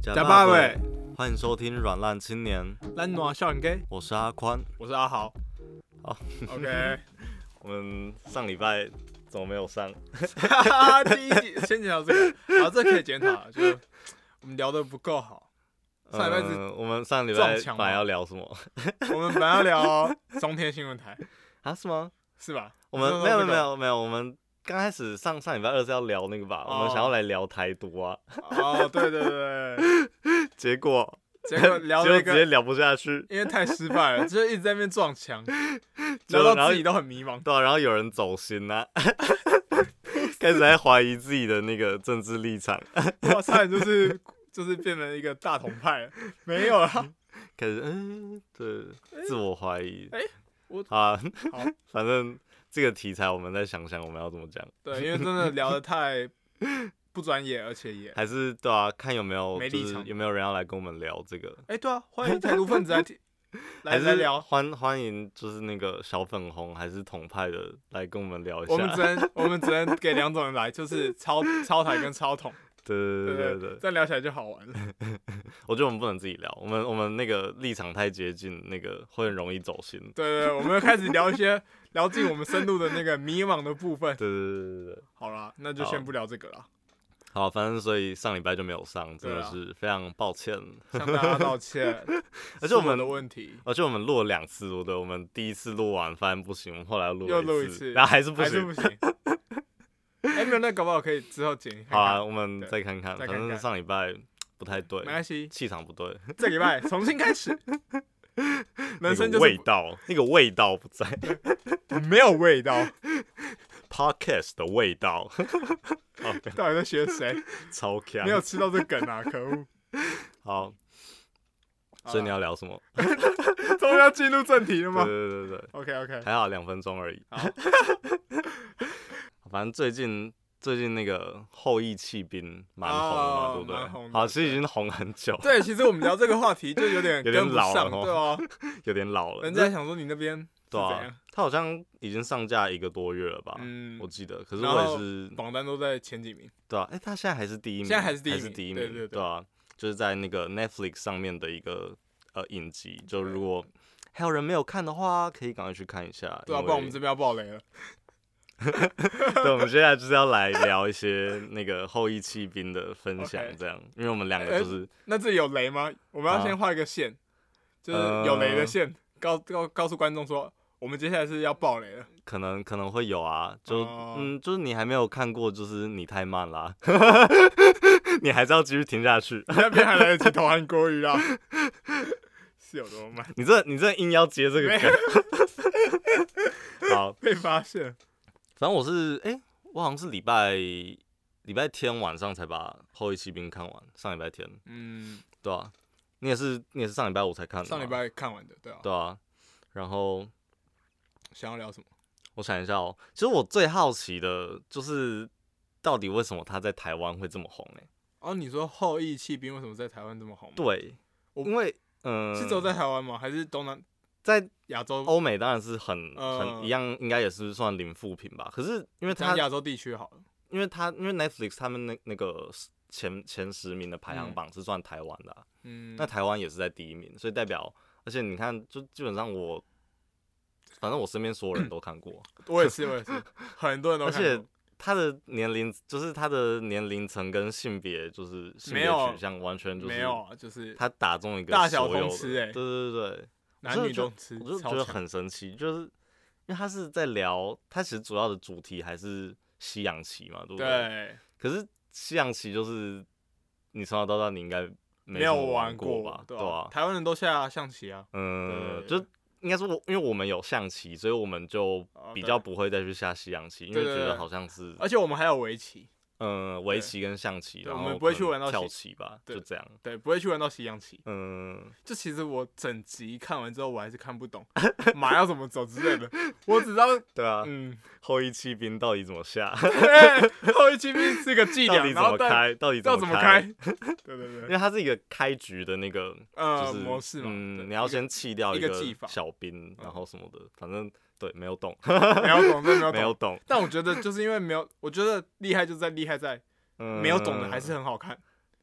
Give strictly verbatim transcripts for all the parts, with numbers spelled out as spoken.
假爸喂， 欢迎收听《软烂青年》， 咱暖少年家， 我是阿宽， 我是阿豪。 好 ，OK， 我们上礼拜怎么没有上？ 第一集先讲到这个，好，这可以检讨，就是我们聊得不够好。上礼拜是、 嗯、我们上礼拜本来要聊什么？ 我们本来要聊中天新闻台啊？是吗？ 是吧？ 我们没有没有没有，我们刚开始上上礼拜二是要聊那个吧？哦、我们想要来聊台独啊。 哦，对对对。 结果结果聊了一个， 直接聊不下去， 因为太失败了，就是一直在那边撞墙，聊到自己都很迷茫。 对啊，然后有人走心啊，开始在怀疑自己的那个政治立场。 哇，差点就是就是变成一个大同派了，没有啦。 开始嗯，对，自我怀疑。 哎、欸，我啊， 好， 反正这个题材我们再想想我们要怎么讲。 对，因为真的聊得太不专业，而且也还是对啊，看有没有没立场， 有没有人要来跟我们聊这个。 哎、欸，对啊，欢迎台独分子来来来聊， 欢欢迎就是那个小粉红还是统派的来跟我们聊一下。 我们只能我们只能给两种人来，就是超超台跟超统。 对对对对对， 这样聊起来就好玩了。 我觉得我们不能自己聊，我们我们那个立场太接近，那个会很容易走心。 对对对，我们开始聊一些聊进我们深入的那个迷茫的部分。 对对对对对。 好啦，那就先不聊这个了。 好，反正所以上礼拜就没有上，真的是非常抱歉， 向大家道歉。 而且我们的问题， 而且我们录了两次，对不对？我们第一次录完发现不行，我们后来又录又录一次， 然后还是不行， 还是不行。哎、欸，没有，那搞不好可以之后剪。 好啊，我们再看看， 反正上礼拜不太对， 没关系， 气场不对。 这礼拜重新开始，人生就是、 那个味道，那个味道不在， 没有味道。 Podcast 的味道， 到底在学谁？ 超强， 没有吃到这梗啊！可恶。 好，所以你要聊什么？ 终于要进入正题了吗？ 对对对对 ，OK OK， 还好两分钟而已。反正最近最近那个后羿弃兵蛮红的嘛， oh, 对不对？好，其实已经红很久。 对，其实我们聊这个话题就有点有点老了， 对啊， 有点老了。 人家想说你那边对啊，他好像已经上架一个多月了吧？嗯，我记得。可是我也是榜单都在前几名。 对啊，哎、欸，他现在还是第一名， 现在还是第一名， 还是第一名， 对对 对, 对啊，就是在那个 Netflix 上面的一个呃影集，就如果还有人没有看的话，可以赶快去看一下。 对啊，不然我们这边要爆雷了。 对，我们接下来就是要来聊一些那个后羿弃兵的分享，这样， okay. 因为我们两个就是、 欸，那这里有雷吗？我们要先画一个线，啊、就是有雷的线，告告告诉观众说，我们接下来是要爆雷了。 可能可能会有啊，就、哦、嗯，就是你还没有看过，就是你太慢啦，你还是要继续听下去。 那边还来得及投韩国语啦，是有多慢？ 你这你这硬要接这个梗，好， 被发现。 反正我是哎、欸，我好像是礼拜礼拜天晚上才把《后羿弃兵》看完，上礼拜天。嗯，对啊，你也是你也是上礼拜五才看的。 上礼拜看完的，对啊。 对啊，然后想要聊什么？ 我想一下哦，其实我最好奇的就是，到底为什么他在台湾会这么红呢、欸？ 哦，你说《后羿弃兵》为什么在台湾这么红？ 对，因为嗯， 是只有在台湾吗？还是东南？ 在亚洲、 欧美当然是很、 呃、 很一样，应该也是算零负评吧。可是因为它亚洲地区好了， 因为它因为 Netflix 他们那那个前前十名的排行榜是算台湾的、啊，嗯，那台湾也是在第一名，所以代表，而且你看，就基本上我，反正我身边所有人都看过， 我也是，我也是，很多人都看过。 而且他的年龄，就是他的年龄层跟性别，就是性别取向完全就是没有啊，就是他打中一个大小通吃哎， 对对对对。 男女都吃， 我就觉得很神奇，就是因为他是在聊，他其实主要的主题还是西洋棋嘛，对不对？ 对。 可是西洋棋就是你从小到大你应该没有玩过吧？ 对啊， 台湾人都下象棋啊。 嗯，就应该说，因为我们有象棋，所以我们就比较不会再去下西洋棋，因为觉得好像是， 而且我们还有围棋。 嗯，围棋跟象棋，然后我们不会去玩到跳棋吧，就这样。 对，不会去玩到西洋棋。 嗯， 就其实我整集看完之后，我还是看不懂马要怎么走之类的。我只知道， 对啊，嗯，后羿弃兵到底怎么下？ 对，后羿弃兵是一个伎俩， 到底怎么开？到底怎么开？对对对，因为它是一个开局的那个就是模式嘛， 嗯，你要先弃掉一个技法小兵，然后什么的，反正。对，没有懂， 没有懂，真的没有懂。 没有懂。 但我觉得就是因为没有，我觉得厉害就在厉害在，没有懂的还是很好看。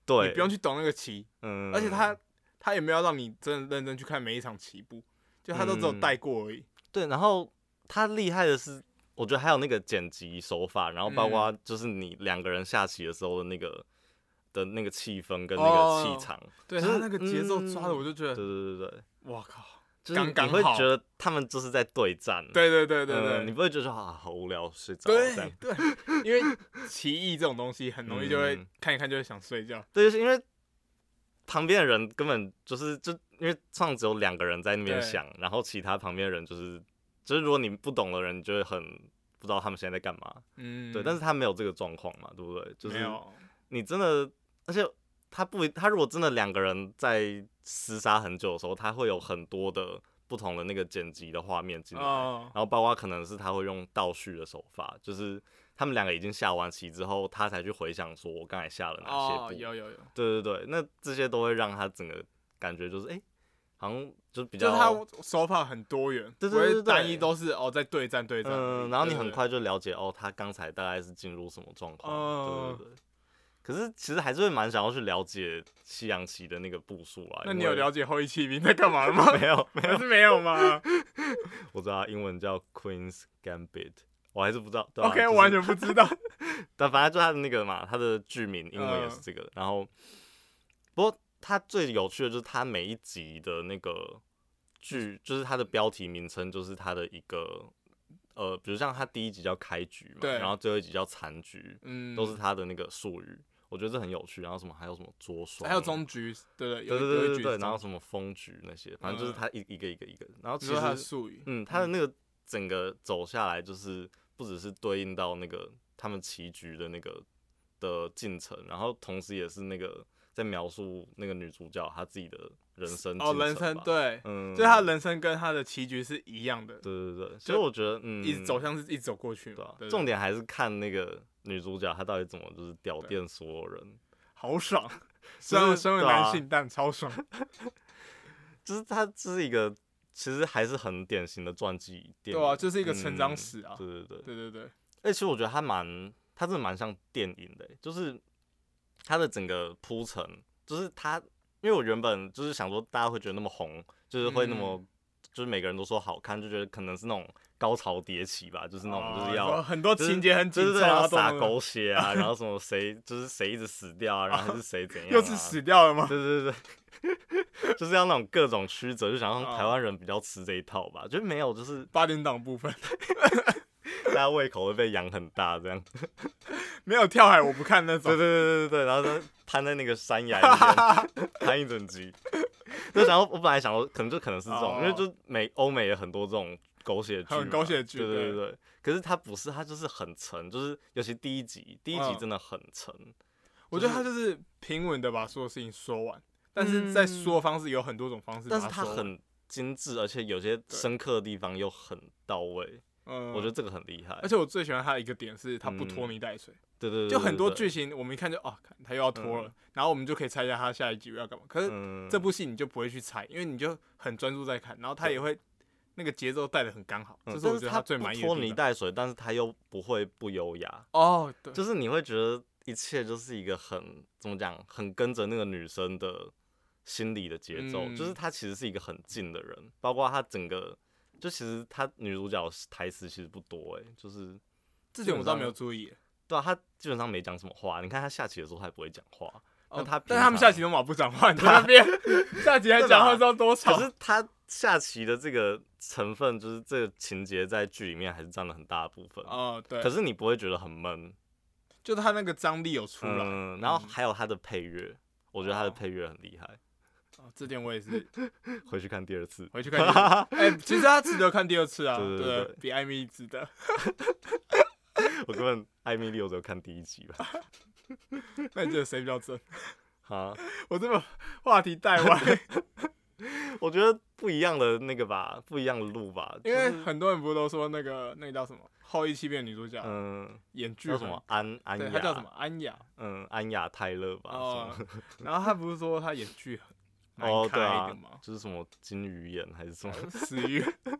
对， 你不用去懂那个棋， 嗯， 而且他他也没有让你真的认真去看每一场棋步，就他都只有带过而已。 嗯、对，然后他厉害的是，我觉得还有那个剪辑手法，然后包括就是你两个人下棋的时候的那个的那个气氛跟那个气场， 哦、对、 就是、 他那个节奏抓的，我就觉得， 对对对对， 哇靠！ 就是你会觉得他们就是在对战， 对对对对对， 嗯、你不会觉得说啊好无聊睡着对这样， 对，因为棋艺这种东西很容易就会看一看就会想睡觉， 对，就是因为旁边的人根本就是就因为上只有两个人在那边想，然后其他旁边的人就是就是如果你不懂的人，你就会很不知道他们现在在干嘛，嗯，对，但是他没有这个状况嘛，对不对？就是你真的，而且他不他如果真的两个人在厮杀很久的时候，他会有很多的不同的那个剪辑的画面进来，哦、然后包括可能是他会用倒叙的手法，就是他们两个已经下完棋之后，他才去回想说我刚才下了哪些步， 哦、有有有， 对对对，那这些都会让他整个感觉就是哎、欸，好像就比较， 就他手法很多元， 对对对对， 不会单一都是哦在对战对战， 嗯，然后你很快就了解哦，他刚才大概是进入什么状况，嗯、对对对。可是其实还是会蛮想要去了解西洋棋的那个步数啊。 那你有了解后羿骑兵在干嘛吗？ 没有，没有， 是没有吗？ 我知道英文叫 Queen's Gambit， 我还是不知道。 啊、OK， 就是、 我完全不知道。 但反正就他的那个嘛，他的剧名英文也是这个。嗯、然后，不过他最有趣的就是他每一集的那个剧，就是他的标题名称就是他的一个。呃，比如像他第一集叫开局嘛，然后最后一集叫残局，嗯，都是他的那个术语，我觉得这很有趣。然后什么还有什么捉双， 还有中局，对对对对对对，然后什么封局那些，反正就是他一一个一个一个。然后其实他的术语， 嗯，他的那个整个走下来，就是不只是对应到那个他们棋局的那个的进程，然后同时也是那个在描述那个女主角她自己的。人生哦，人生对， 嗯， 就是他的人生跟他的棋局是一样的。 对对对，所以我觉得，嗯， 一直走向是一直走过去嘛。 对啊，重点还是看那个女主角她到底怎么就是屌电所有人， 好爽。虽然我身为男性，但超爽。 就是她这是一个，其实还是很典型的传记电影。 对啊，就是一个成长史啊。 对对对对对对。 而且其实我觉得它蛮，它真的蛮像电影的，就是它的整个铺陈，就是它。因为我原本就是想说，大家会觉得那么红，就是会那么，嗯、就是每个人都说好看，就觉得可能是那种高潮迭起吧，就是那种就是要、 哦、很多情节很紧凑， 然后撒狗血啊，然后什么谁就是谁一直死掉啊，然后还是谁怎样、啊， 又是死掉了吗？ 对对对，就是要那种各种曲折，就想让台湾人比较吃这一套吧，就没有就是八点档部分。 大家胃口会被养很大，这样没有跳海我不看那种。 对对对对对，然后就瘫在那个山崖里面瘫一整集。就想我本来想说，可能就可能是这种， oh. 因为就美欧美也很多这种狗血剧， 很狗血剧， 对对对对。可是它不是，它就是很沉，就是尤其第一集，第一集真的很沉。Oh. 我觉得他就是平稳的把所有事情说完，但是在说的方式有很多种方式， 但是它很精致，而且有些深刻的地方又很到位。嗯，我觉得这个很厉害， 而且我最喜欢他的一个点是，他不拖泥带水。 嗯、对, 对, 对, 对对， 就很多剧情我们一看就哦，他又要拖了，嗯、然后我们就可以猜一下他下一集要干嘛。可是这部戏你就不会去猜，因为你就很专注在看，然后他也会那个节奏带的很刚好， 嗯、 这是我觉得他最满意的地方。 拖泥带水，但是他又不会不优雅。 哦，对， 就是你会觉得一切就是一个很怎么讲，很跟着那个女生的心理的节奏，嗯、就是他其实是一个很静的人，包括他整个。就其实她女主角台词其实不多哎，就是这点我倒没有注意。 对啊，她基本上没讲什么话。你看她下棋的时候，她也不会讲话。 哦、 但她但他们下棋都嘛不讲话，你在那边下棋还讲话，知道多吵。 可是她下棋的这个成分，就是这个情节在剧里面还是占了很大的部分。 哦，对。 可是你不会觉得很闷， 就她那个张力有出来。 嗯，然后还有她的配乐，我觉得她的配乐很厉害。 哦，这点我也是回去看第二次， 回去看第二次。哎、欸，其实他值得看第二次啊， 对, 对, 对, 对, 对，比艾米丽值得。 我根本艾米丽我只有看第一集吧。 那你觉得谁比较正？ 啊， 我这个话题带歪。 我觉得不一样的那个吧，不一样的路吧。 因为很多人不是都说那个那个叫什么《后羿弃兵》的女主角，嗯，演剧叫什么安安雅， 她叫什么安雅， 嗯，安雅泰勒吧。 哦，然后她不是说她演剧很。 哦，对啊，就是什么金鱼眼还是什么死鱼，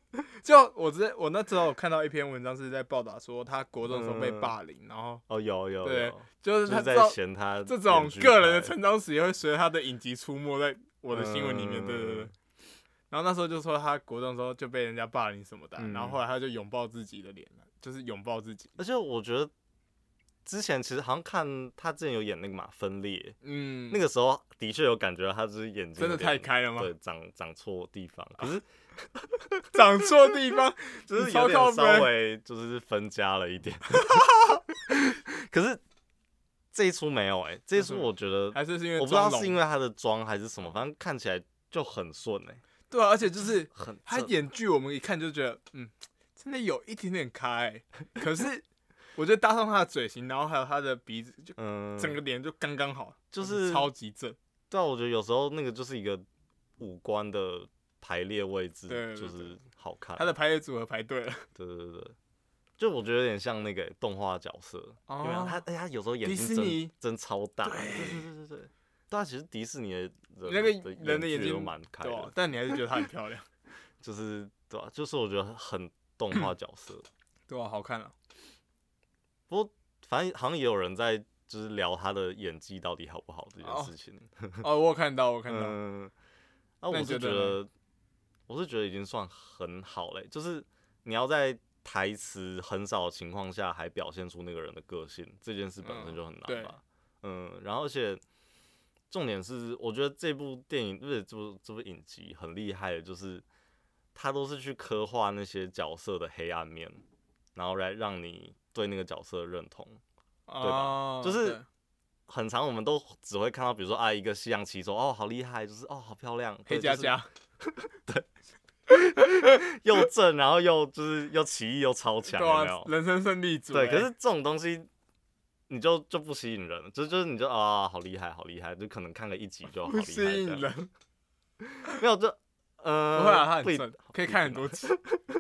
就我之前我那时候有看到一篇文章是在报道说他国中的时候被霸凌，嗯、然后哦有有对， 有就是他在嫌他这种个人的成长史也会随着他的影集出没在我的新闻里面，嗯、对对对。然后那时候就说他国中的时候就被人家霸凌什么的，嗯、然后后来他就拥抱自己的脸了，就是拥抱自己。 而且我觉得之前其实好像看他之前有演那个嘛分裂，嗯，那个时候的确有感觉到他就是眼睛真的太开了吗？ 对，长长错地方，可是。 长错地方， 就是有点稍微就是分家了一点。可是这一出没有哎、欸，这一出我觉得还是是因为我不知道是因为他的妆还是什么，反正看起来就很顺哎。 对啊，而且就是他演剧，我们一看就觉得，嗯，真的有一点点开、欸。可是我觉得搭上他的嘴型，然后还有他的鼻子，就整个脸就刚刚好，就是超级正。 对啊，我觉得有时候那个就是一个五官的。排列位置就是好看， 他的排列组合排对了。 对对对，就我觉得有点像那个动画角色，哦、因为他哎他有时候眼睛真真超大，对对对对对。对啊，其实迪士尼的那个人的眼睛都蛮开的、啊， 但你还是觉得他很漂亮。 就是对啊，就是我觉得很动画角色。 对啊，好看啊。 不过反正好像也有人在就是聊他的演技到底好不好这件事情。 哦，哦我有看到，我有看到。嗯， 那、啊、我是觉得。我是觉得已经算很好嘞、欸，就是你要在台词很少的情况下还表现出那个人的个性，这件事本身就很难吧。嗯, 嗯，然后而且重点是，我觉得这部电影不是这部这部影集很厉害的，就是它都是去刻画那些角色的黑暗面，然后来让你对那个角色认同，对吧？哦、就是很常我们都只会看到，比如说啊一个西洋棋手哦好厉害，就是哦好漂亮， 黑加加。 对，又正，然后又就是又奇异又超强，有没有？ 人生胜利组。 对，可是这种东西你就就不吸引人，就就是你就啊好厉害好厉害，就可能看个一集就好厉害。不吸引人， 没有就呃不会啊，他很正，可以看很多集。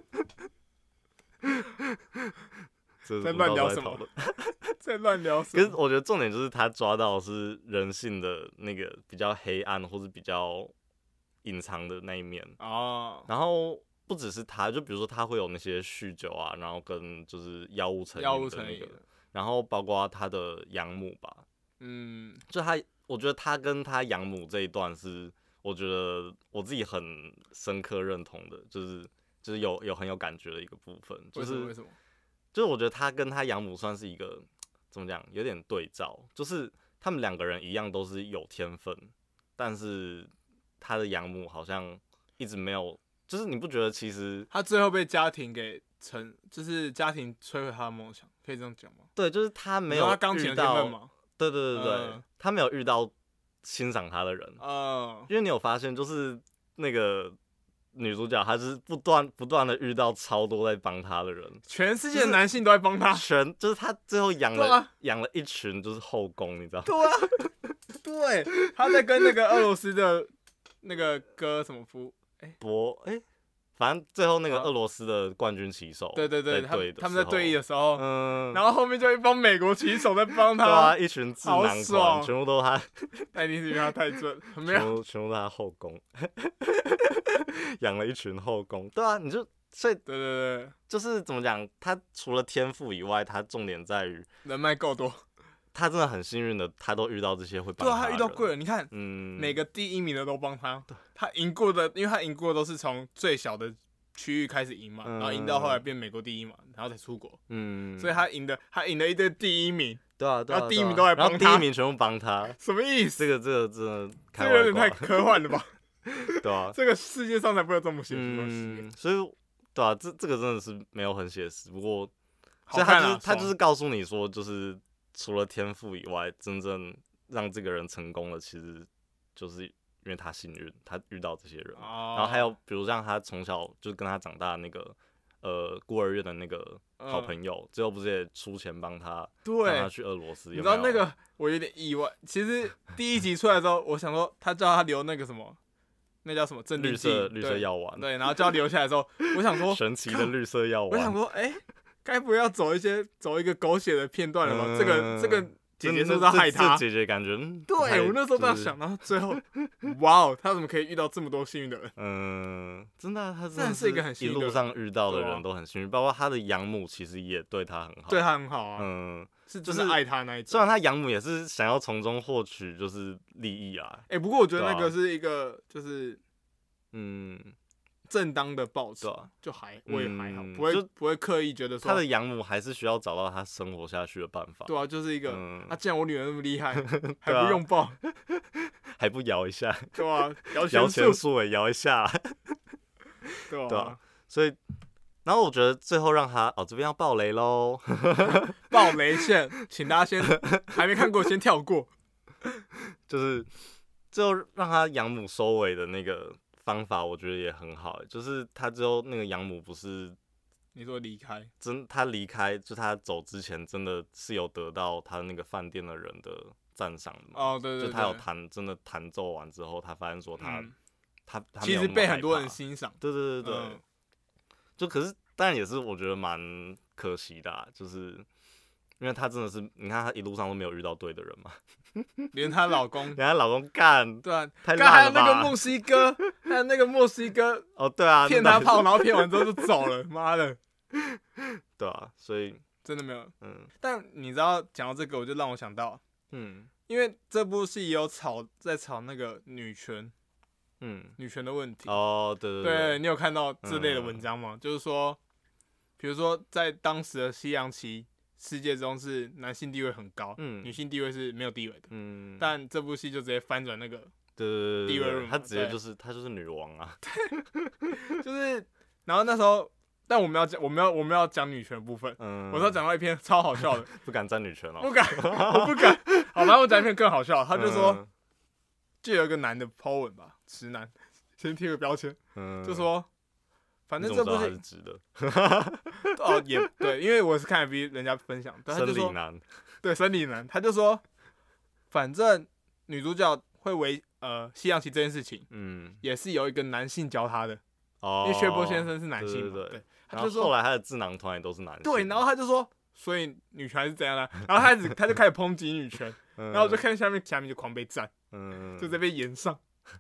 在乱聊什么？在乱聊什么？ 可是我觉得重点就是他抓到的是人性的那个比较黑暗或是比较。隐藏的那一面哦，然后不只是他，就比如说他会有那些酗酒啊，然后跟就是药物成瘾的那个，然后包括他的养母吧，嗯，就他，我觉得他跟他养母这一段是，我觉得我自己很深刻认同的，就是就是有有很有感觉的一个部分，就是为什么？ 就是我觉得他跟他养母算是一个怎么讲，有点对照，就是他们两个人一样都是有天分，但是。他的养母好像一直没有，就是你不觉得其实他最后被家庭给成，就是家庭摧毁他的梦想，可以这样讲吗？ 对，就是他没有遇到，他钢琴的天分吗？ 对对对对，嗯、他没有遇到欣赏他的人。嗯，因为你有发现，就是那个女主角，她就是不断不断的遇到超多在帮她的人， 全世界的男性都在帮她， 全就是她最后养了养、啊、了一群就是后宫，你知道吗？ 对啊，对，她在跟那个俄罗斯的。那个哥什么夫？哎、欸， 博哎、欸，反正最后那个俄罗斯的冠军棋手， 对对对， 他们他们在对弈的时候，嗯，然后后面就一帮美国棋手在帮他， 对啊，一群智囊团，全部都他， 爱丽丝因为他太准， 没有，全部全部都他后宫，养了一群后宫，对啊，你就所以对对对， 就是怎么讲，他除了天赋以外，他重点在于人脉够多。 他真的很幸运的，他都遇到这些会帮他的人。 对啊，他遇到贵人，你看，嗯，每个第一名的都帮他。他赢过的，因为他赢过的都是从最小的区域开始赢嘛，嗯、然后赢到后来变美国第一嘛，然后才出国。嗯，所以他赢的，他赢了一堆第一名。 对啊，对啊， 然后第一名都来帮他， 然后第一名全部帮他， 什么意思？ 这个这个真的， 这个有点太科幻了吧？ 对啊， 这个世界上才不会有这么写实的东西。 嗯，所以对啊，这这个真的是没有很写实，不过，所以他就是他就是告诉你说，就是除了天赋以外，真正让这个人成功了，其实就是因为他幸运，他遇到这些人。然后还有比如像他从小就是跟他长大的那个呃孤儿院的那个好朋友，嗯、最后不是也出钱帮他， 对， 让他去俄罗斯。 你知道那个我有点意外，其实第一集出来之后，我想说他叫他留那个什么。那叫什么镇定剂？ 绿色绿色药丸。 对，然后叫他留下来之后，我想说神奇的绿色药丸。 我想说，哎、欸，该不会要走一些走一个狗血的片段了吗？嗯、这个这个姐姐是不是要害他？ 姐姐感觉，嗯、 对我那时候这样想，然后最后，哇哦，他怎么可以遇到这么多幸运的人？ 嗯，真的、啊，他真的是一个很幸运的人， 一路上遇到的人都很幸运，包括他的养母其实也对他很好， 对他很好啊， 嗯， 是真的爱他那一种。 虽然他养母也是想要从中获取就是利益啊， 哎、欸，不过我觉得那个是一个就是， 嗯。 正当的报酬、啊，就还我也还好，嗯、不会不会刻意觉得说他的养母还是需要找到他生活下去的办法。 对啊，就是一个， 嗯、 啊，既然我女儿那么厉害，还不用抱， 还不摇一下， 对啊，摇钱树也摇一下， 对啊， 对啊，所以，然后我觉得最后让他哦这边要爆雷喽， 爆雷线，请大家先还没看过先跳过， 就是最后让他养母收尾的那个。方法我觉得也很好，就是他之后那个养母不是你说离开， 真他离开就他走之前真的是有得到他那个饭店的人的赞赏的嘛？ 哦，对 对, 对， 就他有弹真的弹奏完之后，他发现说他、嗯、他, 他其实被很多人欣赏， 对对对对，嗯、就可是当然也是我觉得蛮可惜的、啊，就是因为他真的是你看他一路上都没有遇到对的人嘛。 连她老公， 连她老公干， 对啊， 太烂了吧？ 还有那个墨西哥，还有那个墨西哥， 哦，对啊， 骗他炮，然后骗完之后就走了，妈的， 对啊，所以真的没有，嗯。但你知道讲到这个，我就让我想到， 嗯， 因为这部戏也有吵在吵那个女权， 嗯， 女权的问题。 哦，对对对，对你有看到这类的文章吗？嗯、就是说，比如说在当时的西洋棋。世界中是男性地位很高，嗯、女性地位是没有地位的。嗯、但这部戏就直接翻转那个地位论， 他直接就是他就是女王啊， 就是，然后那时候，但我们要讲我们要我们要讲女权的部分，嗯、我要讲到一篇超好笑的， 不敢占女权哦， 不敢，我不敢。好，然后我讲一篇更好笑，他就说，嗯、就有一个男的 po 文吧，直男，先贴个标签，嗯、就说。反正这部戏是直的， 哦也对，因为我是看 F B 人家分享，他就说生理男， 对生理男，他就说，反正女主角会围呃西洋棋这件事情，嗯，也是由一个男性教她的，哦，因为薛波先生是男性嘛，对, 对, 对， 他就说后来他的智囊团也都是男性， 对，然后他就说，所以女权是怎样的，然后他开始他就开始抨击女权，嗯、然后我就看下面下面就狂被赞，嗯，就在被炎上，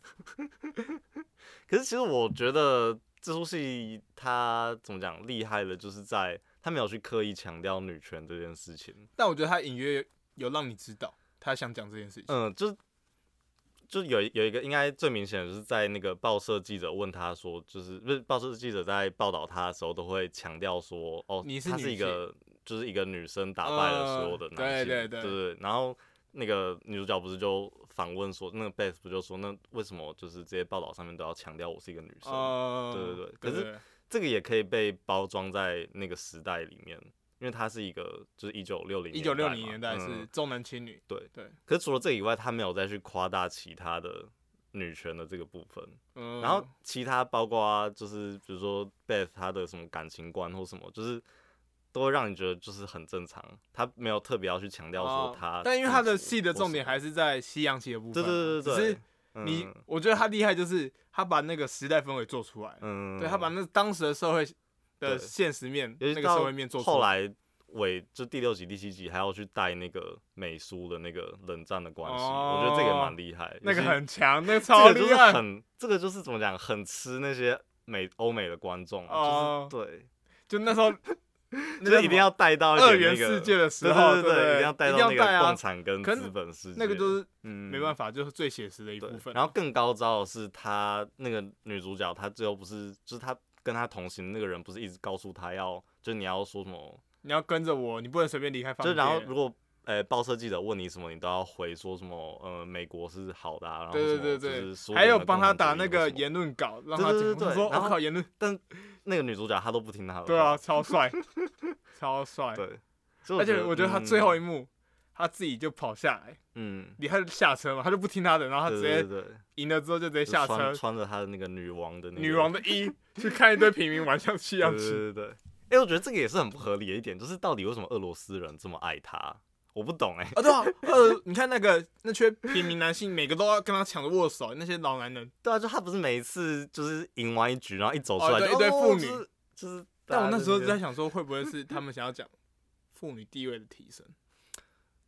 可是其实我觉得。这出戏他怎么讲厉害的，就是在他没有去刻意强调女权这件事情， 但我觉得他隐约有让你知道他想讲这件事情。 嗯，就就有有一个应该最明显的就是在那个报社記者问他说，就是不是报社記者在报道他的时候都会强调说，哦， 你是他是一个就是一个女生打败了所有的男性， 呃、对对 对, 对对，然后那个女主角不是就访问说，那个 Beth 不就说，那为什么就是这些报道上面都要强调我是一个女生？呃、对对对。可是这个也可以被包装在那个时代里面，因为它是一个就是一九六零一九六零年代是重男轻女。 对对。 可是除了这以外，他没有再去夸大其他的女权的这个部分。嗯。然后其他包括就是比如说 Beth 她的什么感情观或什么，就是。都会让你觉得就是很正常，他没有特别要去强调说他、哦， 但因为他的戏的重点还是在西洋棋的部分， 对对对对， 只是你，嗯、我觉得他厉害就是他把那个时代氛围做出来，嗯，对他把那个当时的社会的现实面，那个社会面做出来。 后来尾就第六集、第七集还要去带那个美苏的那个冷战的关系，哦、我觉得这个也蛮厉害， 那个很强，那个超厉害， 很这个就是怎么讲，很吃那些美欧美的观众，哦、就是对， 就那时候。 就一定要带到一点、那个、 二元世界的时候， 对对 对, 对， 一定要带到那个共产跟资本世界， 那个就是没办法，就是最写实的一部分。 然后更高招的是，他那个女主角，她最后不是，就是她跟她同行的那个人，不是一直告诉她要，就是你要说什么， 你要跟着我，你不能随便离开房间。 就然后如果呃报社记者问你什么，你都要回说什么呃美国是好的、啊，然后对对对对，还有帮他打那个言论稿，让他对对对说我靠言论， 但那个女主角她都不听他的话， 对啊，超帅。超帅， 对， 而且我觉得他最后一幕，嗯、他自己就跑下来，嗯，他就下车嘛，他就不听他的，然后他直接赢了之后就直接下车， 穿, 穿着他的那个女王的那个女王的衣去看一堆平民玩像西洋棋， 对对对，哎、欸，我觉得这个也是很不合理的一点，就是到底为什么俄罗斯人这么爱他？我不懂哎、欸。 啊，对啊，呃，你看那个那群平民男性，每个都要跟他抢着握手，那些老男人， 对啊，就他不是每一次就是赢完一局，然后一走出来就、 哦、一堆妇女， 就是。就是但我那时候就在想说，会不会是他们想要讲妇女地位的提升？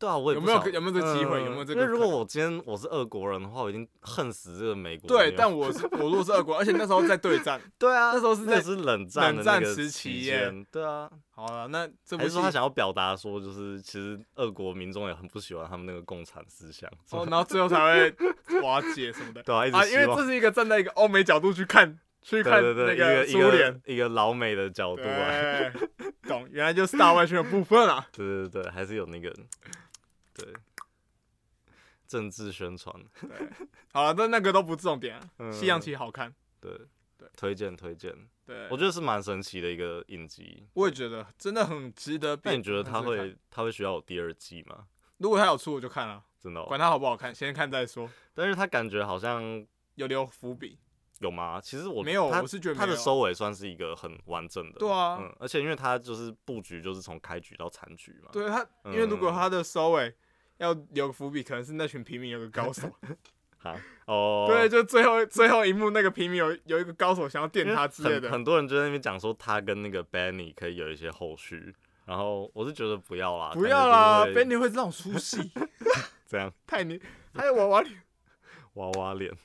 对啊，我也有没有有没有这个机会？ 嗯、 有没有这个？ 因为如果我今天我是俄国人的话，我一定恨死这个美国。 对，但我是我如果是俄国，而且那时候在对战。 对啊， 那时候是在是冷战冷战时期耶。 对啊。 好了，那这还是说他想要表达说，就是其实俄国民众也很不喜欢他们那个共产思想。 哦，然后最后才会瓦解什么的。 对啊，一直啊，因为这是一个站在一个欧美角度去看。去看那个苏联， 一个老美的角度啊， 懂，原来就是大外宣的部分啊。 对对对，还是有那个，对，政治宣传。 对，好了，但那个都不是重点啊。西洋棋好看， 对对，推荐推荐。 对， 我觉得是蛮神奇的一个影集。 我也觉得真的很值得。 那你觉得他会他会需要有第二季吗？ 如果他有出，我就看了。 真的、哦， 管他好不好看，先看再说。 但是他感觉好像有留伏笔。 有吗？其实我没有，我是觉得他的收尾算是一个很完整的。 对啊， 嗯，而且因为他就是布局就是从开局到残局嘛。 对他，因为如果他的收尾要留个伏笔，可能是那群平民有个高手。 哈哦， 对，就最后最后一幕那个平民有有一个高手想要电他之类的。 很, 很多人就在那边讲说他跟那个 Benny 可以有一些后续，然后我是觉得不要啦， 不要啦 ，Benny 会让我出戏。 这样太黏，还有娃娃脸， 娃娃脸。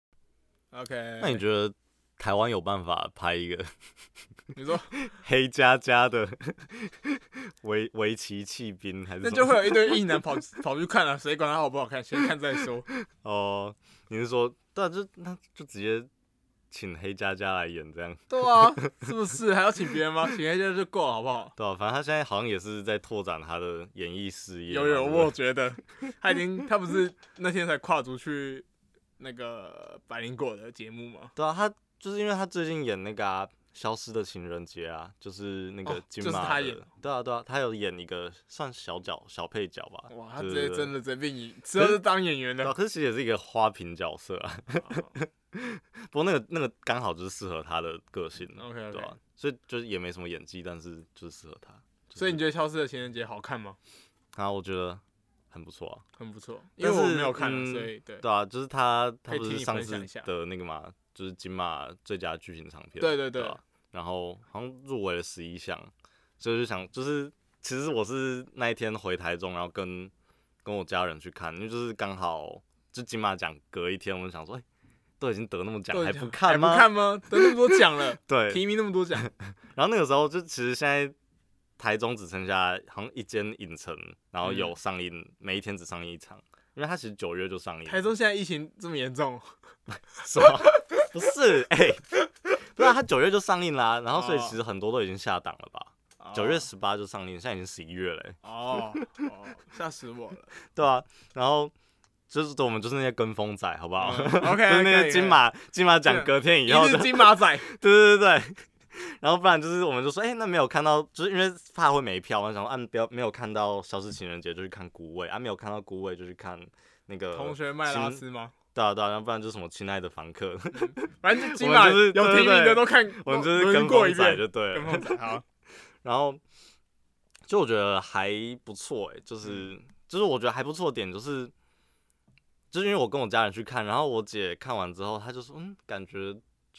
OK， 那你觉得台湾有办法拍一个你说黑加加的围围棋弃兵，还是那就会有一堆异男跑跑去看了，谁管他好不好看，先看再说。 哦，你是说，对啊，就那就直接请黑加加来演这样？ 对啊，是不是还要请别人吗？请黑加加就够了，好不好？ 对啊，反正他现在好像也是在拓展他的演艺事业。 有有，我觉得他已经，他不是那天才跨足去那个百灵果的节目吗？ 对啊，他就是因为他最近演那个啊《消失的情人节》啊，就是那个金马的、哦，就是他演。对啊对啊，他有演一个算小角小配角吧。 哇，他直接真的直接变演，之后是当演员的。 对啊，可是其实也是一个花瓶角色啊。不过那个那个刚好就是适合他的个性。 OK OK， 对啊，所以就是也没什么演技，但是就是适合他。就是、 所以你觉得《消失的情人节》好看吗？ 啊，我觉得很不错啊， 很不错。因为我没有看、嗯，所以对。 对啊，就是他他不是上次的那个嘛，就是金马最佳剧情长片。 对对对。 对啊、然后好像入围了十一项，所以就想就是其实我是那一天回台中，然后跟跟我家人去看，因为就是刚好就金马奖隔一天，我们想说，哎、欸。都已经得那么奖，还不看吗？ 还不看吗？得那么多奖了， 对， 提名那么多奖。 然后那个时候就其实现在台中只剩下好像一间影城，然后有上映，嗯、每一天只上映一场，因为它其实九月就上映。 台中现在疫情这么严重， 是吗？不是，哎、欸，不是、啊，它九月就上映啦、啊，然后所以其实很多都已经下档了吧？九、哦、月十八就上映，现在已经十一月了、欸。 哦哦，嚇死我了。 对啊，然后。就是我们就是那些跟风仔，好不好、 嗯、？OK， 就是那些金马金马奖隔天以后就金马仔， 对对对对。然后不然就是我们就说，哎、欸，那没有看到，就是因为怕会没票，我想说啊，不要没有看到《消失情人节》就去看《孤味》，啊，没有看到《孤味》就去看那个同学麦拉斯吗？ 对啊对啊，要不然就是什么《亲爱的房客》 嗯，反正金马有提名的都看， 我们就是跟风仔就对了， 跟风仔好。 然后就我觉得还不错，哎，就是、嗯、就是我觉得还不错的点就是。就是因为我跟我家人去看，然后我姐看完之后，她就说，嗯，感觉就是，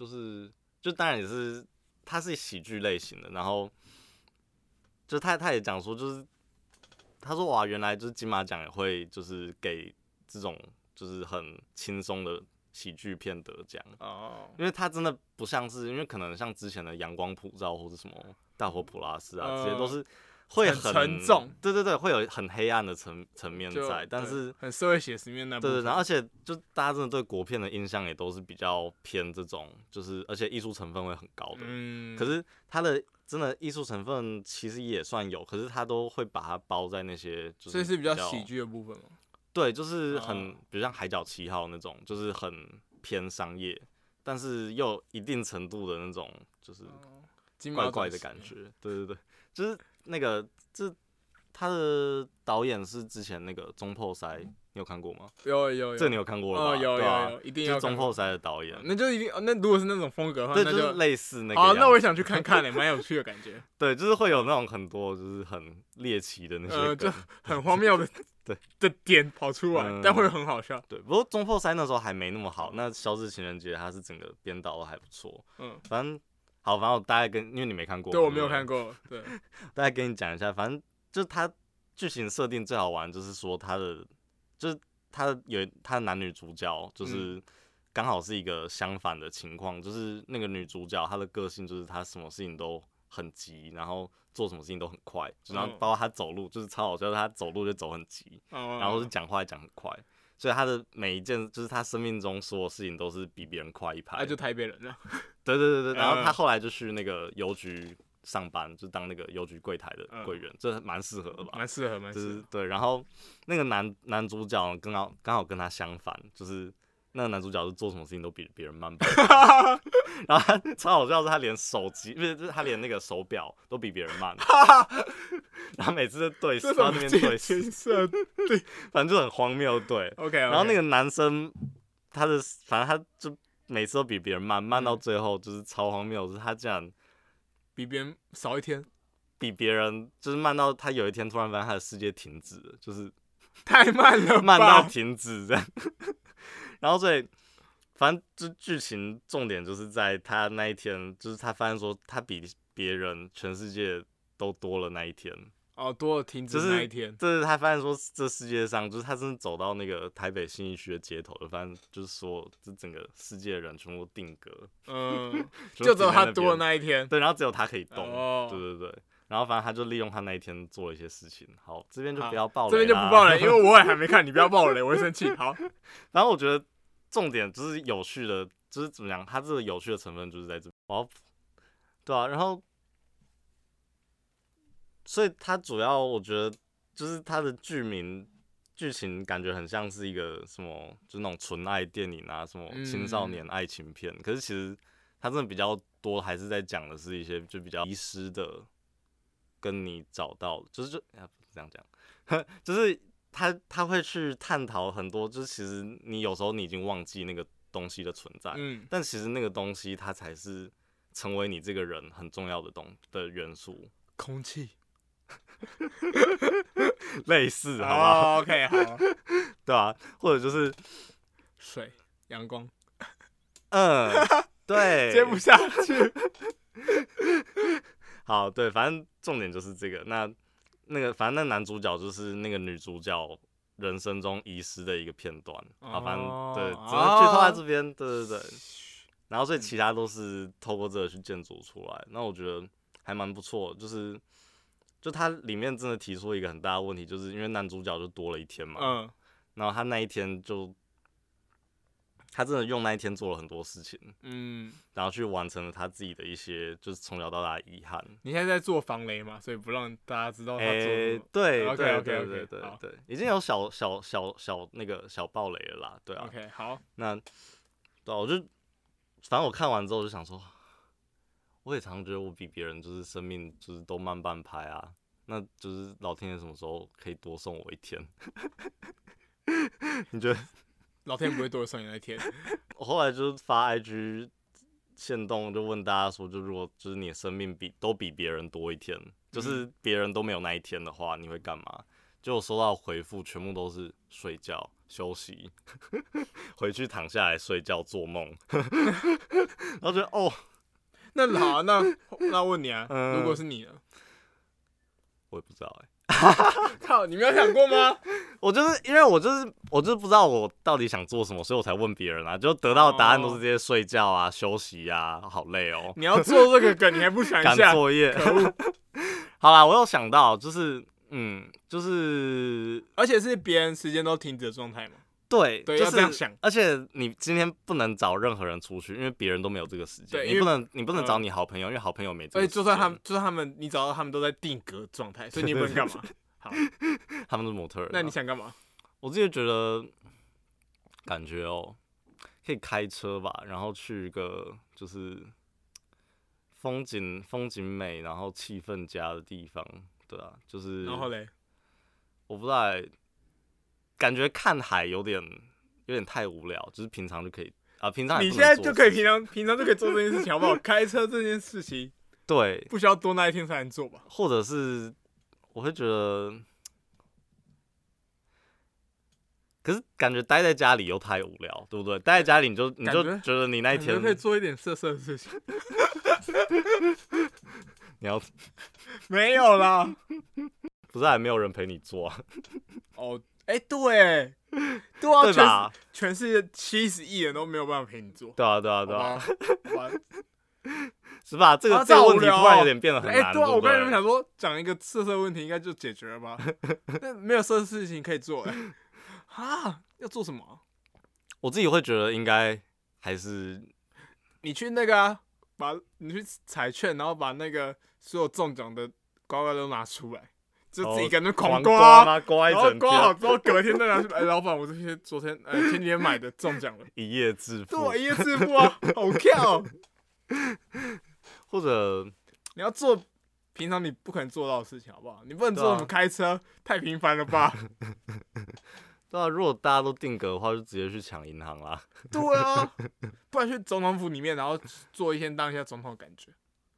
就当然也是，它是喜剧类型的，然后，就她她也讲说，就是，她说哇，原来就是金马奖也会就是给这种就是很轻松的喜剧片得奖哦，因为它真的不像是，因为可能像之前的阳光普照或是什么大火普拉斯啊，这、呃、些都是。会很沉重， 对对对，会有很黑暗的层层面在，但是很社会写实面那部分。 对对，然后而且就大家真的对国片的印象也都是比较偏这种，就是而且艺术成分会很高的。嗯。可是它的真的艺术成分其实也算有，可是它都会把它包在那些，就是所以是比较喜剧的部分吗？ 对，就是很，哦、比如像《海角七号》那种，就是很偏商业，但是又有一定程度的那种，就是怪怪的感觉。对对对，就是。那个，这他的导演是之前那个中破塞，你有看过吗？ 有有有， 这你有看过了吧？ 哦、有有有， 啊、 一定要看。 就是中破塞的导演， 那就一定，那如果是那种风格的话， 对， 那就是类似那个。 好，那我也想去看看嘞，蛮有趣的感觉。 对，就是会有那种很多就是很猎奇的那些，呃， 就很荒谬的对的点跑出来，嗯、但会很好笑。 对，不过中破塞那时候还没那么好，那《消失情人节》它是整个编导都还不错。嗯，反正。好，反正我大概跟，因为你没看过， 对，我没有看过，对， 大概跟你讲一下，反正就是他剧情设定最好玩就是说他的，就是他的有他的男女主角就是刚好是一个相反的情况，就是那个女主角她的个性就是她什么事情都很急，然后做什么事情都很快，然后包括她走路就是超好笑，她走路就走很急，然后是讲话也讲很快，所以她的每一件就是她生命中所有事情都是比别人快一拍。 那、啊、就台北人了。 对对对对，然后她后来就去那个邮局上班，就当那个邮局柜台的柜员，这蛮适合的吧？ 蛮适合，蛮适合。 就是对，然后那个男男主角刚好刚好跟他相反，就是那个男主角是做什么事情都比别人慢半拍，然后他超好笑是，他连手机不是，就是他连那个手表都比别人慢，然后每次对视到那边对视，对，反正就很荒谬，对。 OK， 然后那个男生他的反正他就每次都比别人慢，慢到最后就是超荒谬，就是他竟然。 比别人少一天， 比别人就是慢到他有一天突然发现他的世界停止了，就是太慢了吧， 慢到停止这样。然后所以反正这剧情重点就是在他那一天，就是他发现说他比别人全世界都多了那一天。 哦，多了停止那一天， 就是、就是他发现说，这世界上就是他真的走到那个台北信义区的街头，就发现就是说，这整个世界的人全部都定格， 嗯，就只有他多了那一天， 对，然后只有他可以动， 哦、 对对对，然后反正他就利用他那一天做了一些事情。好，这边就不要爆雷啦， 这边就不爆雷，因为我也还没看，你不要爆雷，我会生气。好， 然后我觉得重点就是有趣的，就是怎么讲，他这个有趣的成分就是在这，哦，对啊，然后。所以它主要我觉得就是它的剧名剧情感觉很像是一个什么，就是那种纯爱电影啊，什么青少年爱情片。嗯、可是其实它真的比较多，还是在讲的是一些就比较遗失的，跟你找到，就是就啊不是这样讲，就是他他会去探讨很多，就是其实你有时候你已经忘记那个东西的存在，嗯、但其实那个东西它才是成为你这个人很重要的东的元素。 空气。 类似，好不好、 oh, ？OK， 好， 对啊，或者就是水、阳光， 嗯，对， 接不下去。 好，对，反正重点就是这个。那那个，反正那男主角就是那个女主角人生中遗失的一个片段。好、oh, ，反正对，只能剧透在这边。Oh. 对对对。然后所以其他都是透过这个去建筑出来。那我觉得还蛮不错，就是。就他里面真的提出一个很大的问题，就是因为男主角就多了一天嘛，嗯，然后他那一天就，他真的用那一天做了很多事情，嗯，然后去完成了他自己的一些就是从小到大的遗憾。 你现在在做防雷嘛，所以不让大家知道他做什么。 欸、对 ，OK OK OK 对对对对，已经有小小小小那个小爆雷了啦，对啊。 OK 好， 那对、啊，我就反正我看完之后就想说。我也常觉得我比别人就是生命就是都慢半拍啊，那就是老天爷什么时候可以多送我一天？你觉得？ 老天爷不会多送你那一天。 我后来就发 I G 限动，就问大家说，就如果就是你的生命比都比别人多一天，就是别人都没有那一天的话，你会干嘛？就我收到回复全部都是睡觉、休息，回去躺下来睡觉、做梦，然后觉得哦。 那好、啊，那那问你啊，嗯、如果是你呢？ 我也不知道哎、欸。 靠，你没有想过吗？ 我就是因为我就是我就是不知道我到底想做什么，所以我才问别人啊。就得到的答案都是这些睡觉啊、休息啊，好累哦。 你要做这个梗，你还不想一下？ 赶作业。好啦，我有想到，就是嗯，就是而且是别人时间都停止的状态嘛。 对， 对， 就是要这样想。 而且你今天不能找任何人出去，因为别人都没有这个时间。你不能，你不能找你好朋友，呃、因为好朋友没这个时间。 而且就算他们，就算他们，你找到他们都在定格状态，所以你不能干嘛？好， 他们是模特儿。 那你想干嘛？ 我自己觉得，感觉哦，可以开车吧，然后去一个就是风景风景美，然后气氛佳的地方，对啊，就是。 然后嘞， 我不知道、欸。感觉看海有点有点太无聊，就是平常就可以啊，平常也你现在就可以平常平常就可以做这件事情，好不好？开车这件事情， 对， 不需要多那一天才能做吧？ 或者是我会觉得，可是感觉待在家里又太无聊，对不对？待在家里你就你就觉得你那一天可以做一点色色的事情。 你要没有啦。 不是还没有人陪你做啊？ 哦，哎、欸，对，对啊， 对吧？ 全世界七十亿人都没有办法陪你做。 对啊，对啊，对啊， 好吧， 是吧？这个、 啊、 这个问题突然有点变得很难。 哎、欸，对啊， 对对我刚才想说讲一个色色问题应该就解决了吧？但没有色色事情可以做哎、欸。啊，要做什么、啊？ 我自己会觉得应该还是你去那个啊，把你去彩券，然后把那个所有中奖的刮刮都拿出来，就自己跟那狂刮， 刮， 刮一整天， 然后刮好之后隔天再拿去，哎、欸，老板，我这些昨天呃前几天买的中奖了， 一夜致富， 对，一夜致富啊，好跳。 或者你要做平常你不可能做到的事情，好不好？你不能做什么开车，啊、太频繁了吧？ 对啊，如果大家都定格的话，就直接去抢银行啦。 对啊，不然去总统府里面，然后做一天当一下总统的感觉。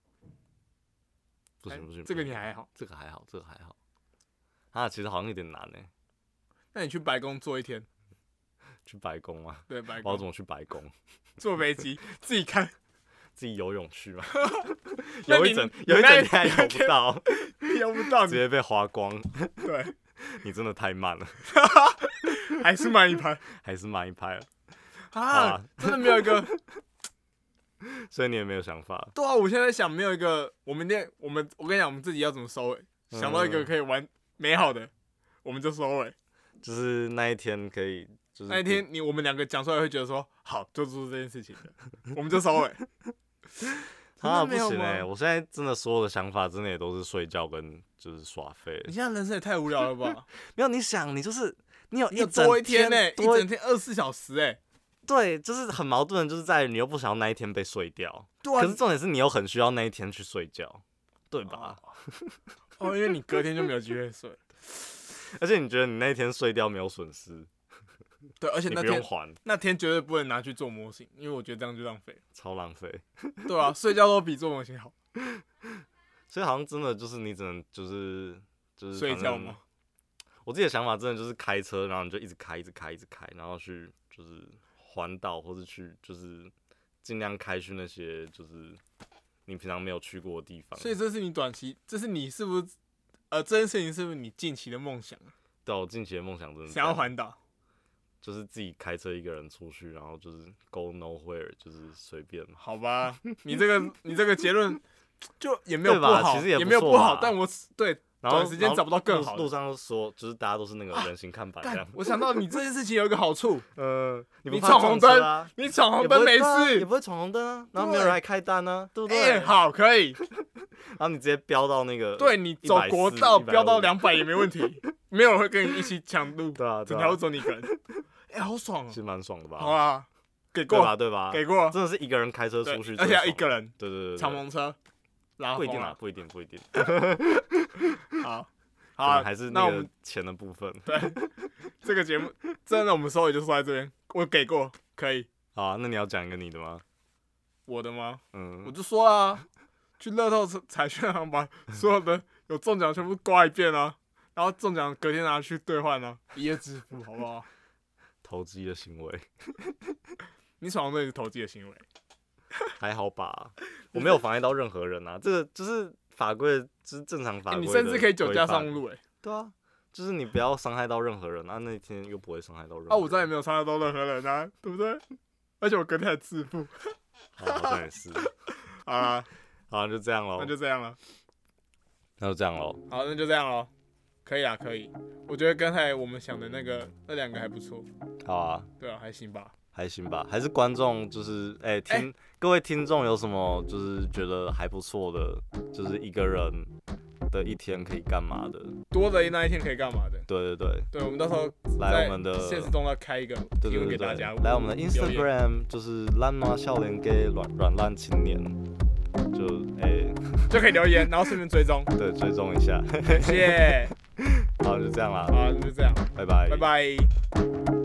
不行不行， 这个你还好， 这个还好，这个还好。啊，其实好像有点难呢。 那你去白宫做一天？ 去白宫吗？ 对，白宫。 我要怎么去白宫？ 坐飞机自己开， 自己游泳去嘛？游一整游一整天游不到， 游不到， 直接被花光。 对。 你真的太慢了， 还是慢一拍， 还是慢一拍了啊！啊真的没有一个， 所以你也没有想法。 对啊，我现在想没有一个，我们店我们我跟你讲，我们自己要怎么收尾，嗯、想到一个可以玩美好的，我们就收尾。 就是那一天可以，就是那一天你我们两个讲出来会觉得说好，就做这件事情的，我们就收尾。 啊，不行哎、欸！我现在真的所有的想法，真的也都是睡觉跟就是耍废。 你现在人生也太无聊了吧？ 没有，你想，你就是你有一多一天呢、 欸，一整天二十四小时哎、欸。 对，就是很矛盾的，就是在于你又不想要那一天被睡掉， 对啊。 可是重点是你又很需要那一天去睡觉，对吧？ 哦，因为你隔天就没有机会睡， 而且你觉得你那一天睡掉没有损失。 对，而且那天还那天绝对不能拿去做模型，因为我觉得这样就浪费， 超浪费。 对啊，睡觉都比做模型好。 所以好像真的就是你只能就是就是睡觉吗？ 我自己的想法真的就是开车，然后你就一直开，一直开，一直开，然后去就是环岛，或是去就是尽量开去那些就是你平常没有去过的地方。 所以这是你短期，这是你是不是呃这件事情是不是你近期的梦想？ 对，我近期的梦想真的想要环岛。 就是自己开车一个人出去，然后就是 go nowhere， 就是随便。 好吧，你这个你这个结论就也没有不好， 其实也也没有不好，但我对然后短时间找不到更好的。 路上说，就是大家都是那个人形看板这样。 啊、我想到你这件事情有一个好处， 呃， 你闯红灯，你闯红灯没事， 也不会闯红灯啊，然后没有人来开单啊，对不对？ 哎、欸，好，可以。 然后你直接飙到那个， 对你走国道飙到两百也没问题，没有人会跟你一起抢路， 对啊， 整条路走你一个人。哎、欸，好爽啊！ 其实蛮爽的吧？ 好啊，给过吧，对吧？ 给过， 真的是一个人开车出去， 而且要一个人。 对对对， 敞篷车，拉不一定啊，不一定，不一定。 好，好， 还是那个钱的部分。 对，这个节目真的我们收尾就收在这边，我给过，可以。 好啊，那你要讲一个你的吗？ 我的吗？ 嗯， 我就说啊，去乐透彩券行把所有的有中奖全部刮一遍啊。然后中奖隔天拿去兑换啊，一夜致富，好不好？ 投机的行为， 你闯红灯也是投机的行为， 还好吧？我没有妨碍到任何人啊，这个就是法规，就是正常法规、欸。 你甚至可以酒驾上路哎、欸。 对啊，就是你不要伤害到任何人啊，那一天又不会伤害到任何人。 啊，我再也没有伤害到任何人啊，对不对？而且我隔天还致富。 好像也是。 好啦， 好，就这样咯。 那就这样了。 那就这样咯。 好，那就这样咯。可以啊，可以。我觉得刚才我们想的那个那两个还不错。 好啊。 对啊，还行吧。 还行吧，还是观众就是哎、欸、听、欸、各位听众有什么就是觉得还不错的，就是一个人的一天可以干嘛的？ 多的那一天可以干嘛的？ 对对对。 对，我们到时候来我们的现实动态开一个提问给大家。 对对对对来我们的 Instagram 就是烂麻少年给软软烂青年，就哎、欸、 就可以留言，然后顺便追踪。 对，追踪一下。 谢谢。 好，就这样啦。 好，就这样。 拜拜。 拜拜。